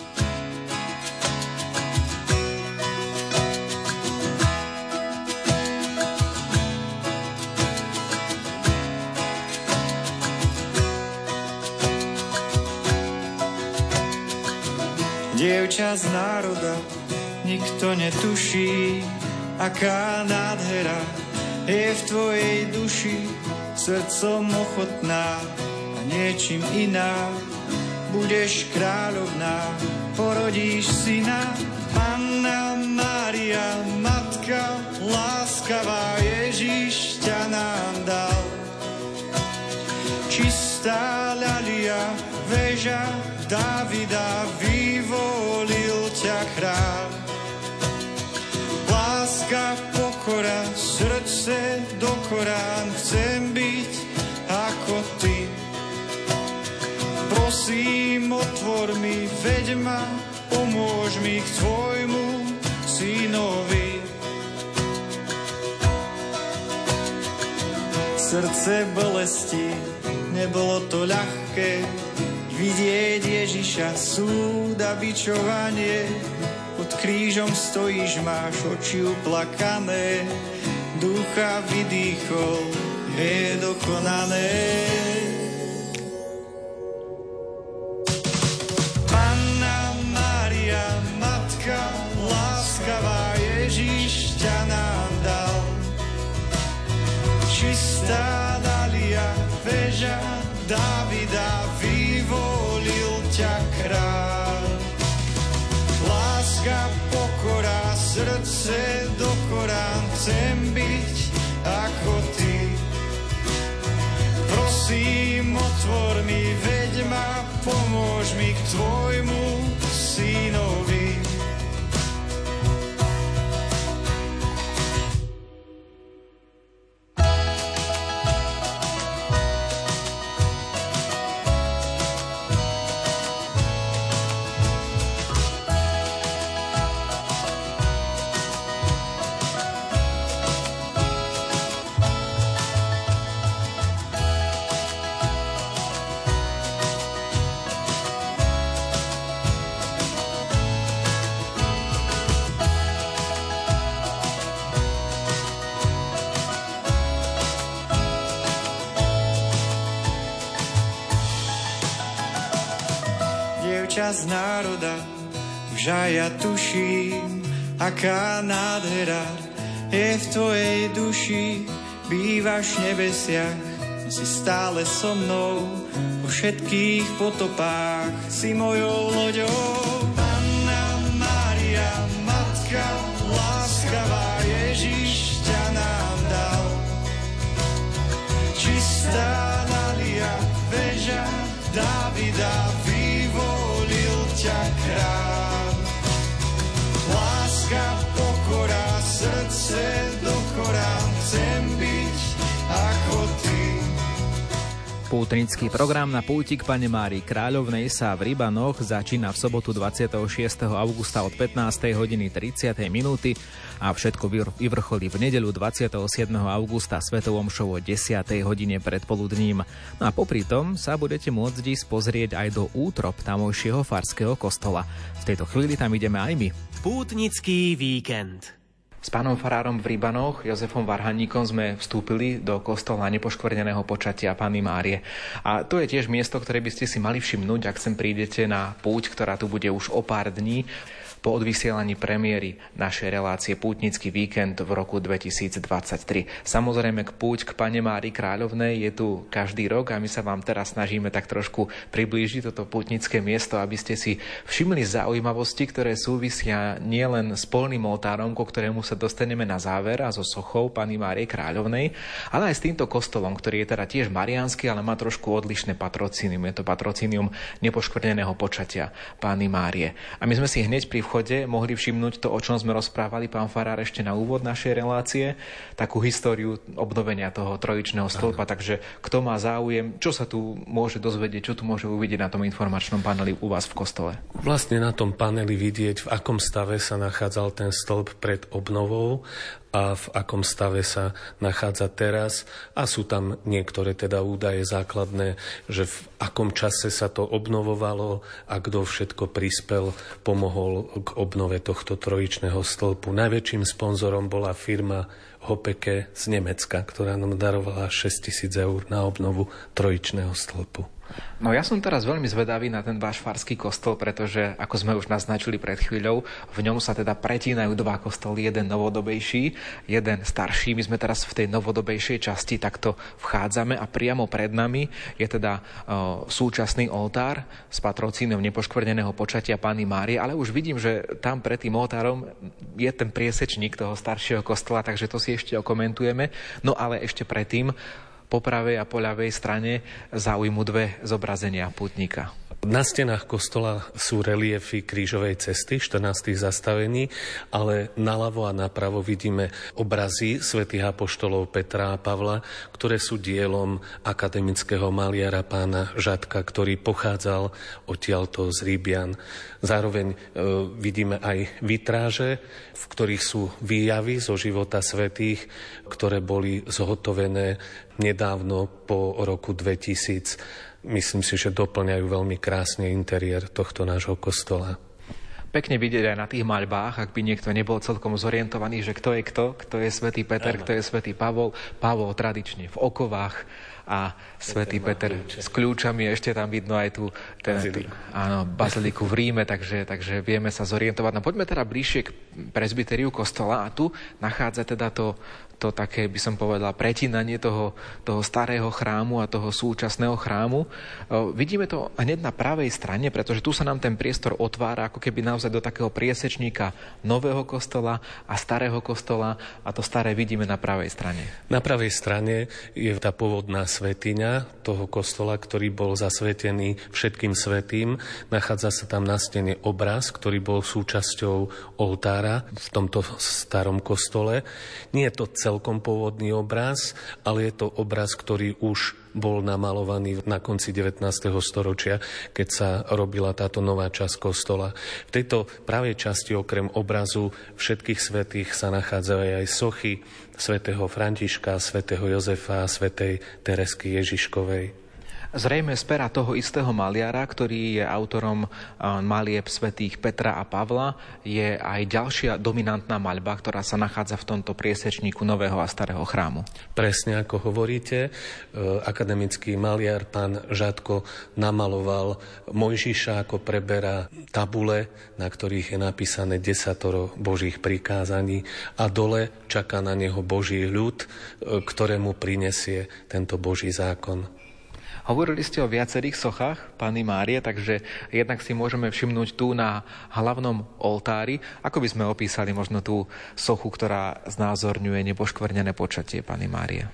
H: Dievča z národa, nikto netuší, aká nádhera je v tvojej duši, srdcom ochotná a niečím iná. Budeš kráľovná, porodíš syna. Panna Mária, matka láskavá, Ježiš ťa nám dal. Čistá ľalia, väža Davida, vyvolil ťa kráľ. Láska, pokora, srdce do Korán, chcem byť ako ty. Prosím, otvor mi, veď ma, pomôž mi k tvojmu synovi. Srdce bolesti, nebolo to ľahké, vidieť Ježiša, súd a bičovanie. Pod krížom stojíš, máš oči uplakané, ducha vydýchol, je dokonané. Panna Mária, matka láskavá, Ježiš ťa nám dal. Čistá dalia, väža Davida, vyvolil ťa kráľ. Láska, pokora, srdce do Korán, chcem byť ako ty. Prosím, otvor mi, veď ma, pomôž mi k tvojmu synovi. Z národa, vža ja tuším, aká nádhera je v tvojej duši. Bývaš v nebesiach, si stále so mnou, po všetkých potopách si mojou loďou. Panna Mária, matka láskavá, Ježiš ťa nám dal. Čistá dalia, väža Davida, ťa kráľ. Láska, pokora, srdce do Korán, chcem byť ako ty.
B: Pútnický program na púti k Panne Márii Kráľovnej sa v Rybanoch začína v sobotu dvadsiateho šiesteho augusta od pätnástej hodiny tridsať minúty a všetko vyvrcholí v nedeľu dvadsiateho siedmeho augusta svetou omšou o desiatej hodine predpoludním. No a popri tom sa budete môcť ísť pozrieť aj do útrop tamojšieho farského kostola. V tejto chvíli tam ideme aj my.
A: Pútnický víkend.
B: S pánom farárom v Rybanoch, Jozefom Varhaníkom, sme vstúpili do kostola Nepoškvrneného počatia Panny Márie. A to je tiež miesto, ktoré by ste si mali všimnúť, ak sem prídete na púť, ktorá tu bude už o pár dní. po odvysielaní premiéry našej relácie Pútnický víkend v roku dvetisícdvadsaťtri. Samozrejme, k púť k Panne Márii Kráľovnej je tu každý rok a my sa vám teraz snažíme tak trošku priblížiť toto pútnické miesto, aby ste si všimli zaujímavosti, ktoré súvisia nielen s polným oltárom, ku ktorému sa dostaneme na záver, a so sochou Panny Márie Kráľovnej, ale aj s týmto kostolom, ktorý je teda tiež mariánsky, ale má trošku odlišné patrocínium. Je to patrocínium nepoškvrneného počatia Panny Márie. A my sme si hneď pri vchode mohli všimnúť to, o čom sme rozprávali, pán farár, ešte na úvod našej relácie, takú históriu obnovenia toho trojičného stĺpa. Aha. Takže kto má záujem, čo sa tu môže dozvedieť, čo tu môže uvidieť na tom informačnom paneli u vás v kostole?
C: Vlastne na tom paneli vidieť, v akom stave sa nachádzal ten stĺp pred obnovou a v akom stave sa nachádza teraz. A sú tam niektoré teda údaje základné, že v akom čase sa to obnovovalo a kto všetko prispel, pomohol k obnove tohto trojičného stĺpu. Najväčším sponzorom bola firma Hopeke z Nemecka, ktorá nám darovala šesťtisíc eur na obnovu trojičného stĺpu.
B: No ja som teraz veľmi zvedavý na ten váš farský kostol, pretože, ako sme už naznačili pred chvíľou, v ňom sa teda pretínajú dva kostoly, jeden novodobejší, jeden starší. My sme teraz v tej novodobejšej časti takto vchádzame a priamo pred nami je teda uh, súčasný oltár s patrocínom nepoškvrneného počatia Panny Márie, ale už vidím, že tam pred tým oltárom je ten priesečník toho staršieho kostola, takže to si ešte okomentujeme. No ale ešte predtým po pravej a po ľavej strane zaujmu dve zobrazenia pútnika.
C: Na stenách kostola sú reliefy krížovej cesty, štrnásť zastavení, ale naľavo a napravo vidíme obrazy svätých apoštolov Petra a Pavla, ktoré sú dielom akademického maliara pána Žadka, ktorý pochádzal odtiaľto z Ríbian. Zároveň e, vidíme aj vitráže, v ktorých sú výjavy zo života svätých, ktoré boli zhotovené nedávno po roku dvetisíc. Myslím si, že doplňajú veľmi krásne interiér tohto nášho kostola.
B: Pekne vidieť aj na tých maľbách, ak by niekto nebol celkom zorientovaný, že kto je kto, kto je svätý Peter, Áno. kto je svätý Pavol. Pavol tradične v okovách a svätý Peter kľúče. S kľúčami, ešte tam vidno aj tú, ten, tú áno, baziliku v Ríme, takže, takže vieme sa zorientovať. No poďme teda bližšie k presbyteriu kostola a tu nachádza teda to, to také, by som povedal, pretínanie toho, toho starého chrámu a toho súčasného chrámu. O, vidíme to hneď na pravej strane, pretože tu sa nám ten priestor otvára ako keby naozaj do takého priesečníka nového kostola a starého kostola a to staré vidíme na pravej strane.
C: Na pravej strane je tá pôvodná svätyňa toho kostola, ktorý bol zasvetený všetkým svätým. Nachádza sa tam na stene obraz, ktorý bol súčasťou oltára v tomto starom kostole. Nie je to celkom pôvodný obraz, ale je to obraz, ktorý už bol namalovaný na konci devätnásteho storočia, keď sa robila táto nová časť kostola. V tejto pravej časti okrem obrazu všetkých svätých sa nachádzajú aj sochy svätého Františka, svätého Jozefa a svätej Teresky Ježiškovej.
B: Zrejme z pera toho istého maliara, ktorý je autorom malieb svätých Petra a Pavla, je aj ďalšia dominantná maľba, ktorá sa nachádza v tomto priesečníku nového a starého chrámu.
C: Presne ako hovoríte, akademický maliar pán Žadko namaloval Mojžiša, ako preberá tabule, na ktorých je napísané desatoro Božích prikázaní a dole čaká na neho Boží ľud, ktorému prinesie tento Boží zákon.
B: Hovorili ste o viacerých sochách Panny Márie, takže jednak si môžeme všimnúť tu na hlavnom oltári. Ako by sme opísali možno tú sochu, ktorá znázorňuje nepoškvrnené počatie Panny Márie?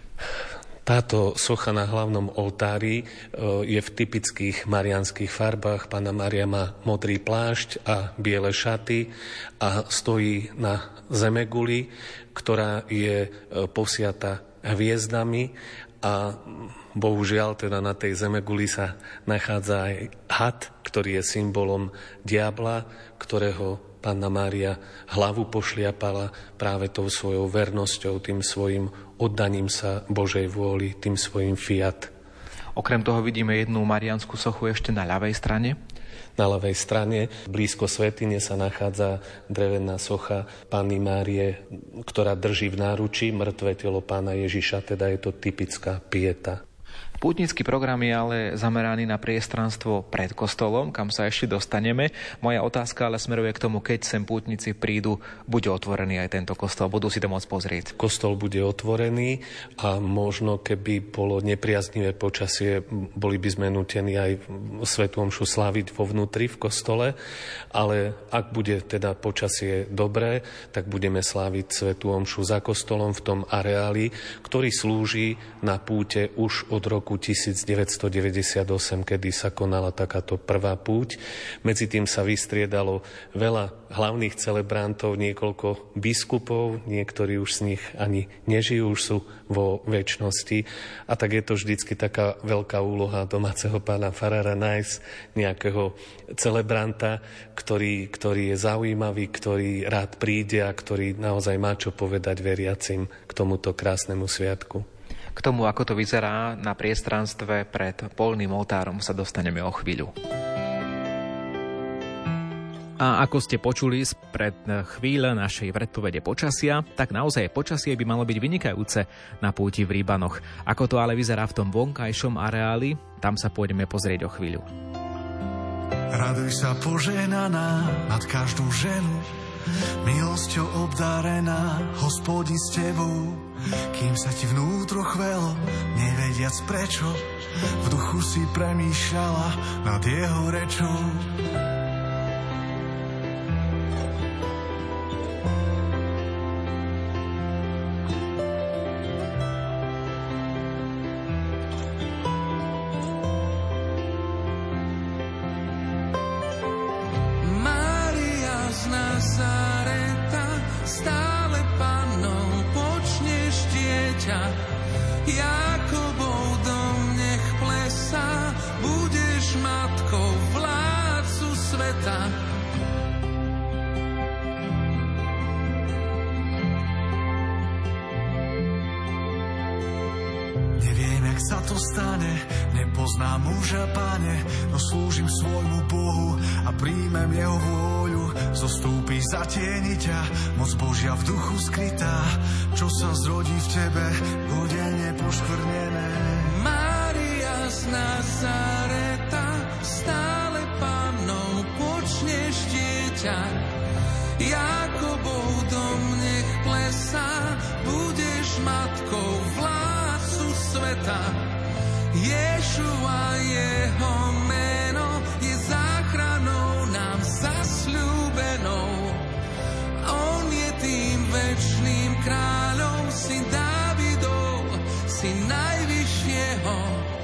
C: Táto socha na hlavnom oltári je v typických mariánskych farbách. Panna Mária má modrý plášť a biele šaty a stojí na zemeguli, ktorá je posiata hviezdami a bohužiaľ, teda na tej zemeguli sa nachádza aj had, ktorý je symbolom diabla, ktorého Panna Mária hlavu pošliapala práve tou svojou vernosťou, tým svojim oddaním sa Božej vôli, tým svojim fiat.
B: Okrem toho vidíme jednu mariánsku sochu ešte na ľavej strane.
C: Na ľavej strane, blízko svätyne, sa nachádza drevená socha Panny Márie, ktorá drží v náručí mŕtve telo pána Ježiša, teda je to typická pieta.
B: Pútnický program je ale zameraný na priestranstvo pred kostolom, kam sa ešte dostaneme. Moja otázka ale smeruje k tomu, keď sem pútnici prídu, bude otvorený aj tento kostol, budú si to môcť pozrieť.
C: Kostol bude otvorený a možno keby bolo nepriaznivé počasie, boli by sme nútení aj svätú omšu sláviť vo vnútri v kostole, ale ak bude teda počasie dobré, tak budeme sláviť svätú omšu za kostolom v tom areáli, ktorý slúži na púte už od roku devätnásťstodeväťdesiatosem, kedy sa konala takáto prvá púť. Medzi tým sa vystriedalo veľa hlavných celebrantov, niekoľko biskupov, niektorí už z nich ani nežijú, už sú vo večnosti. A tak je to vždycky taká veľká úloha domáceho pána farára nájsť nejakého celebranta, ktorý, ktorý je zaujímavý, ktorý rád príde a ktorý naozaj má čo povedať veriacim k tomuto krásnemu sviatku.
B: K tomu, ako to vyzerá na priestranstve pred polným oltárom, sa dostaneme o chvíľu. A ako ste počuli spred chvíle našej predpovede počasia, tak naozaj počasie by malo byť vynikajúce na púti v Rýbanoch. Ako to ale vyzerá v tom vonkajšom areáli, tam sa pôjdeme pozrieť o chvíľu.
I: Raduj sa poženaná nad každú ženu, milosťou obdarená, Hospodin s tebou. Kým sa ti vnútro chvelo, nevediac prečo, v duchu si premýšľala nad jeho rečou. Zatieni ťa, moc Božia v duchu skrytá, čo sa zrodí v tebe, bude nepoškvrnené.
J: Mária z Nazareta, stále Pannou počneš dieťa. Jakobov dom nech plesá, budeš matkou vládcu sveta. Ješua jeho meno je záchranou nám zasľúbenou. On je tým večným kráľom, syn Dávidov, syn najvyššieho.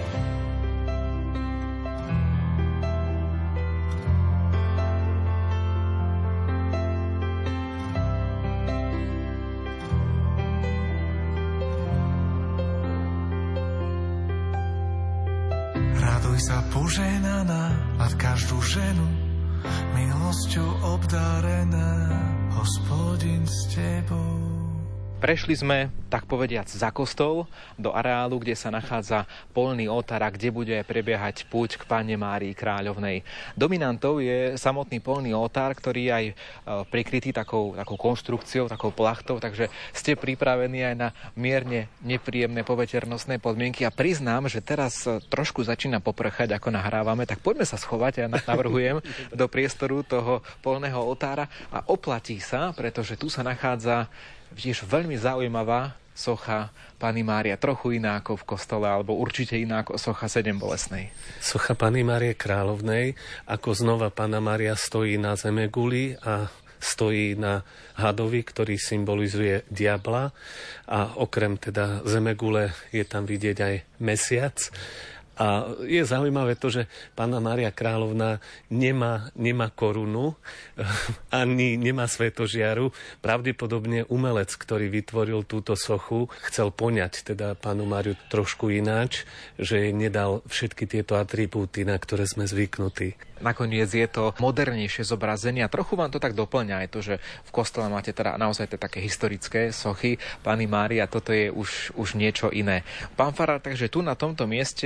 I: Raduj sa poženaná nad každú ženu, milosťou obdarená, Hospodin s tebou.
B: Prešli sme, tak povediac, za kostol do areálu, kde sa nachádza polný oltár a kde bude prebiehať púť k Panne Márii Kráľovnej. Dominantou je samotný polný oltár, ktorý je aj prikrytý takou, takou konštrukciou, takou plachtou, takže ste pripravení aj na mierne nepríjemné poveternostné podmienky. A priznám, že teraz trošku začína poprchať, ako nahrávame, tak poďme sa schovať, ja navrhujem, do priestoru toho polného oltára a oplatí sa, pretože tu sa nachádza Vidíš, veľmi zaujímavá socha Panny Mária, trochu iná ako v kostole, alebo určite iná ako socha Sedembolestnej.
C: Socha Panny Márie Kráľovnej, ako znova Panna Mária stojí na zemeguli a stojí na hadovi, ktorý symbolizuje diabla, a okrem teda zemegule je tam vidieť aj mesiac. A je zaujímavé to, že Panna Mária Kráľovná nemá, nemá korunu, ani nemá svetožiaru. Pravdepodobne umelec, ktorý vytvoril túto sochu, chcel poňať teda Pannu Máriu trošku ináč, že jej nedal všetky tieto atribúty, na ktoré sme zvyknutí.
B: Nakoniec je to modernejšie zobrazenie a trochu vám to tak doplňa aj to, že v kostole máte teda naozaj také historické sochy Panny Márie a toto je už, už niečo iné. Pán farár, takže tu na tomto mieste je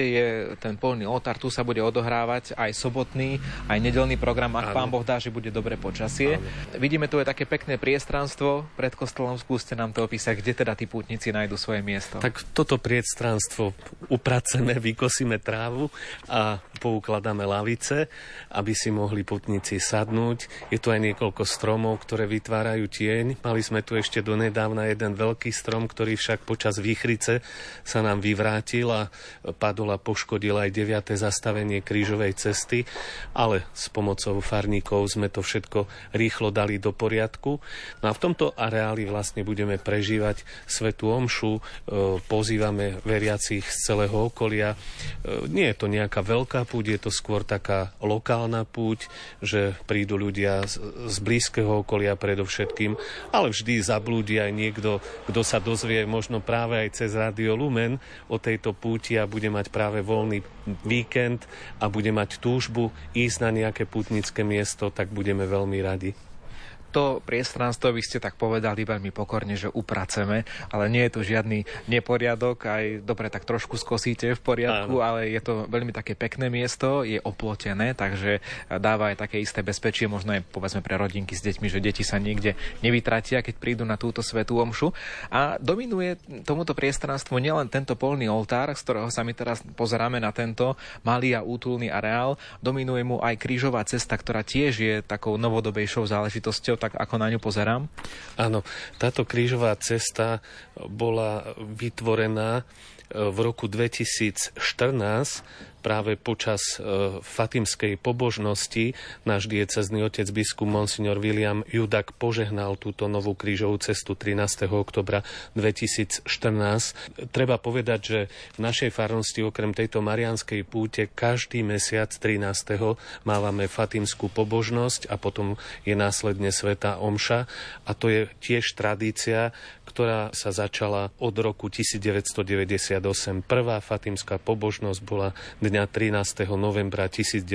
B: je ten polný oltár, tu sa bude odohrávať aj sobotný, aj nedeľný program, ak Pán Boh dá, že bude dobré počasie. Áno. Vidíme tu aj také pekné priestranstvo pred kostolom, skúste nám to opísať, kde teda tí pútnici nájdu svoje miesto.
C: Tak toto priestranstvo upraceme, vykosíme trávu a poukladáme lavice, aby si mohli pútnici sadnúť. Je tu aj niekoľko stromov, ktoré vytvárajú tieň. Mali sme tu ešte donedávna jeden veľký strom, ktorý však počas výchrice sa nám vyvrátil a padol a poškodil aj deviate zastavenie krížovej cesty, ale s pomocou farníkov sme to všetko rýchlo dali do poriadku. No a v tomto areáli vlastne budeme prežívať svätú omšu, pozývame veriacich z celého okolia. Nie je to nejaká veľká púť, je to skôr taká lokálna púť, že prídu ľudia z, z blízkeho okolia predovšetkým, ale vždy zablúdi aj niekto, kto sa dozvie možno práve aj cez Rádio Lumen o tejto púti a bude mať práve voľný víkend a bude mať túžbu ísť na nejaké pútnické miesto, tak budeme veľmi radi.
B: To priestranstvo, vy ste tak povedali veľmi pokorne, že upraceme, ale nie je tu žiadny neporiadok, aj dobre tak trošku skosíte v poriadku, áno. Ale je to veľmi také pekné miesto, je oplotené, takže dáva aj také isté bezpečie, možno aj povedzme pre rodinky s deťmi, že deti sa niekde nevytratia, keď prídu na túto svätú omšu. A dominuje tomuto priestranstvu nielen tento polný oltár, z ktorého sa my teraz pozeráme na tento malý a útulný areál, dominuje mu aj krížová cesta, ktorá tiež je takou novodobejšou záležitosťou, tak ako na ňu pozerám? Áno,
C: táto krížová cesta bola vytvorená v roku dvetisícštrnásť práve počas e, fatimskej pobožnosti. Náš diecézny otec biskup monsignor William Judak požehnal túto novú krížovú cestu trinásteho októbra dvetisícštrnásť. Treba povedať, že v našej farnosti okrem tejto mariánskej púte každý mesiac trinásteho mávame fatimskú pobožnosť a potom je následne svätá omša. A to je tiež tradícia, ktorá sa začala od roku devätnásťstodeväťdesiatosem. Prvá fatimská pobožnosť bola dňa trinásteho novembra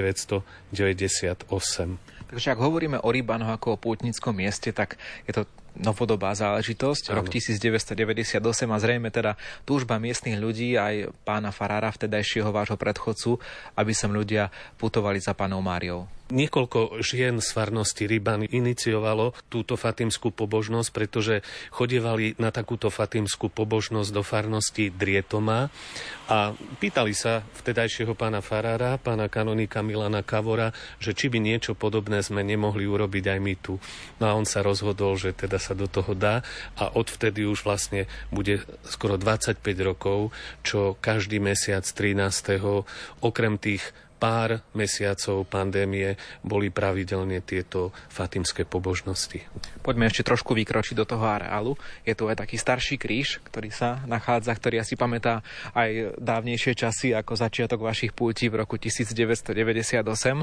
C: devätnásťstodeväťdesiatosem.
B: Takže ak hovoríme o Rybanoch ako o pútnickom mieste, tak je to novodobá záležitosť, áno. Rok devätnásťstodeväťdesiatosem a zrejme teda túžba miestnych ľudí, aj pána farára, vtedajšieho vášho predchodcu, aby sem ľudia putovali za Pannou Máriou.
C: Niekoľko žien z farnosti Ryban iniciovalo túto fatimskú pobožnosť, pretože chodievali na takúto fatimskú pobožnosť do farnosti Drietoma a pýtali sa vtedajšieho pána farára, pána kanonika Milana Kavora, že či by niečo podobné sme nemohli urobiť aj my tu. No a on sa rozhodol, že teda sa do toho dá a odvtedy už vlastne bude skoro dvadsaťpäť rokov, čo každý mesiac trinásteho okrem tých pár mesiacov pandémie boli pravidelne tieto fatimské pobožnosti.
B: Poďme ešte trošku vykročiť do toho areálu. Je tu aj taký starší kríž, ktorý sa nachádza, ktorý asi pamätá aj dávnejšie časy ako začiatok vašich pútí v roku devätnásťstodeväťdesiatosem.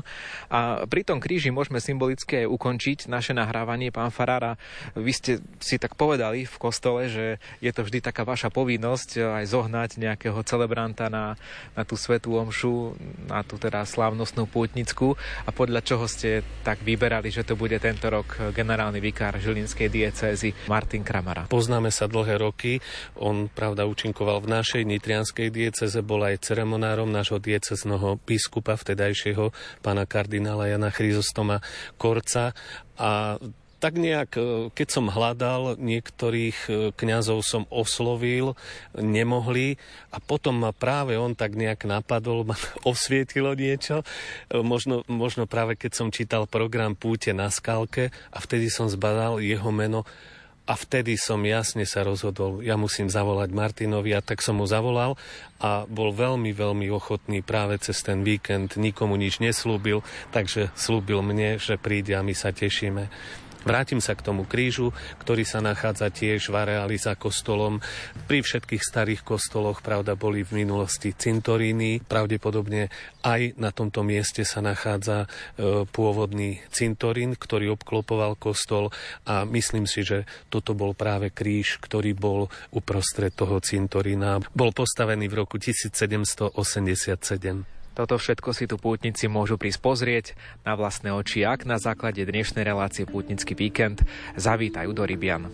B: A pri tom kríži môžeme symbolicky aj ukončiť naše nahrávanie. Pán farára, vy ste si tak povedali v kostole, že je to vždy taká vaša povinnosť aj zohnať nejakého celebranta na, na tú svätú omšu, na tú teda slávnostnú pútnickú, a podľa čoho ste tak vyberali, že to bude tento rok generálny vikár žilinskej diecézy Martin Kramara?
C: Poznáme sa dlhé roky. On, pravda, účinkoval v našej nitrianskej diecéze, bol aj ceremonárom nášho diecézneho biskupa vtedajšieho pána kardinála Jana Chryzostoma Korca a tak nejak, keď som hľadal, niektorých kňazov som oslovil, nemohli a potom ma práve on tak nejak napadol, ma osvietilo niečo. Možno, možno práve keď som čítal program Púte na skalke a vtedy som zbadal jeho meno a vtedy som jasne sa rozhodol, ja musím zavolať Martinovi, a tak som mu zavolal a bol veľmi, veľmi ochotný práve cez ten víkend, nikomu nič neslúbil, takže slúbil mne, že príde a my sa tešíme. Vrátim sa k tomu krížu, ktorý sa nachádza tiež v areáli za kostolom. Pri všetkých starých kostoloch, pravda, boli v minulosti cintoríny. Pravdepodobne aj na tomto mieste sa nachádza e, pôvodný cintorín, ktorý obklopoval kostol a myslím si, že toto bol práve kríž, ktorý bol uprostred toho cintorína. Bol postavený v roku tisícsedemstoosemdesiatsedem.
B: Toto všetko si tu pútnici môžu prísť pozrieť na vlastné oči, ak na základe dnešnej relácie Pútnický víkend zavítajú do Rybian.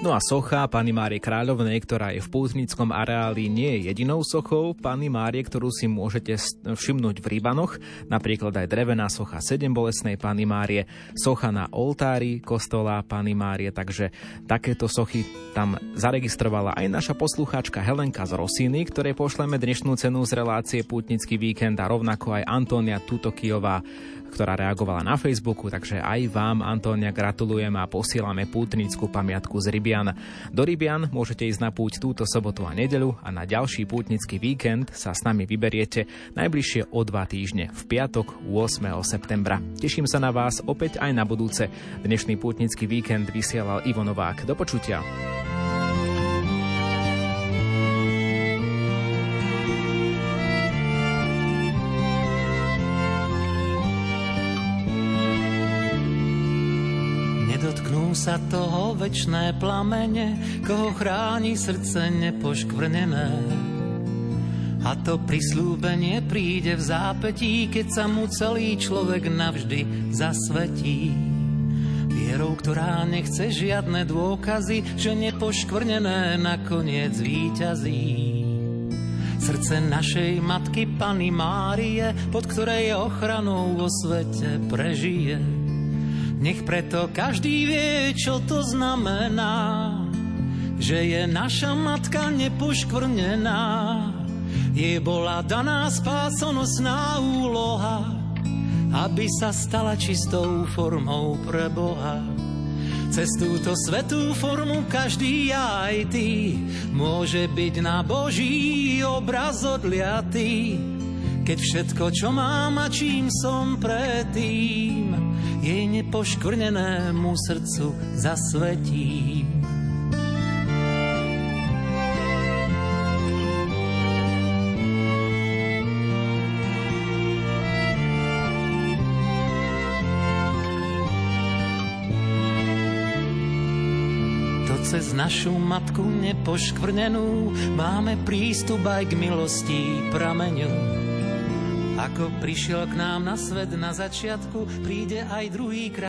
B: No a socha Panny Márie Kráľovnej, ktorá je v pútnickom areáli, nie je jedinou sochou Panny Márie, ktorú si môžete všimnúť v Rybanoch, napríklad aj drevená socha Sedembolestnej Panny Márie, socha na oltári kostola Panny Márie, takže takéto sochy tam zaregistrovala aj naša poslucháčka Helenka z Rosíny, ktorej pošleme dnešnú cenu z relácie Pútnický víkend, a rovnako aj Antónia Tutokijová, ktorá reagovala na Facebooku, takže aj vám, Antónia, gratulujeme a posielame pútnickú pamiatku z Rybian. Do Rybian môžete ísť na púť túto sobotu a nedeľu a na ďalší pútnický víkend sa s nami vyberiete najbližšie o dva týždne, v piatok ôsmeho septembra. Teším sa na vás opäť aj na budúce. Dnešný pútnický víkend vysielal Ivo Novák. Do počutia.
K: Dotknú sa toho večné plamene, koho chráni srdce nepoškvrnené. A to prisľúbenie príde v zápätí, keď sa mu celý človek navždy zasvetí. Vierou, ktorá nechce žiadne dôkazy, že nepoškvrnené nakoniec víťazí. Srdce našej matky Panny Márie, pod ktorej ochranou vo svete prežije. Nech preto každý vie, čo to znamená, že je naša matka nepoškvrnená. Jej bola daná spásonosná úloha, aby sa stala čistou formou pre Boha. Cez túto svätú formu každý, aj ty, môže byť na Boží obraz odliatý. Keď všetko, čo mám a čím som predtým, jej nepoškvrnenému srdcu zasvetím. To cez našu matku nepoškvrnenú máme prístup aj k milosti prameňu. Ako prišiel k nám na svet na začiatku, príde aj druhý krát.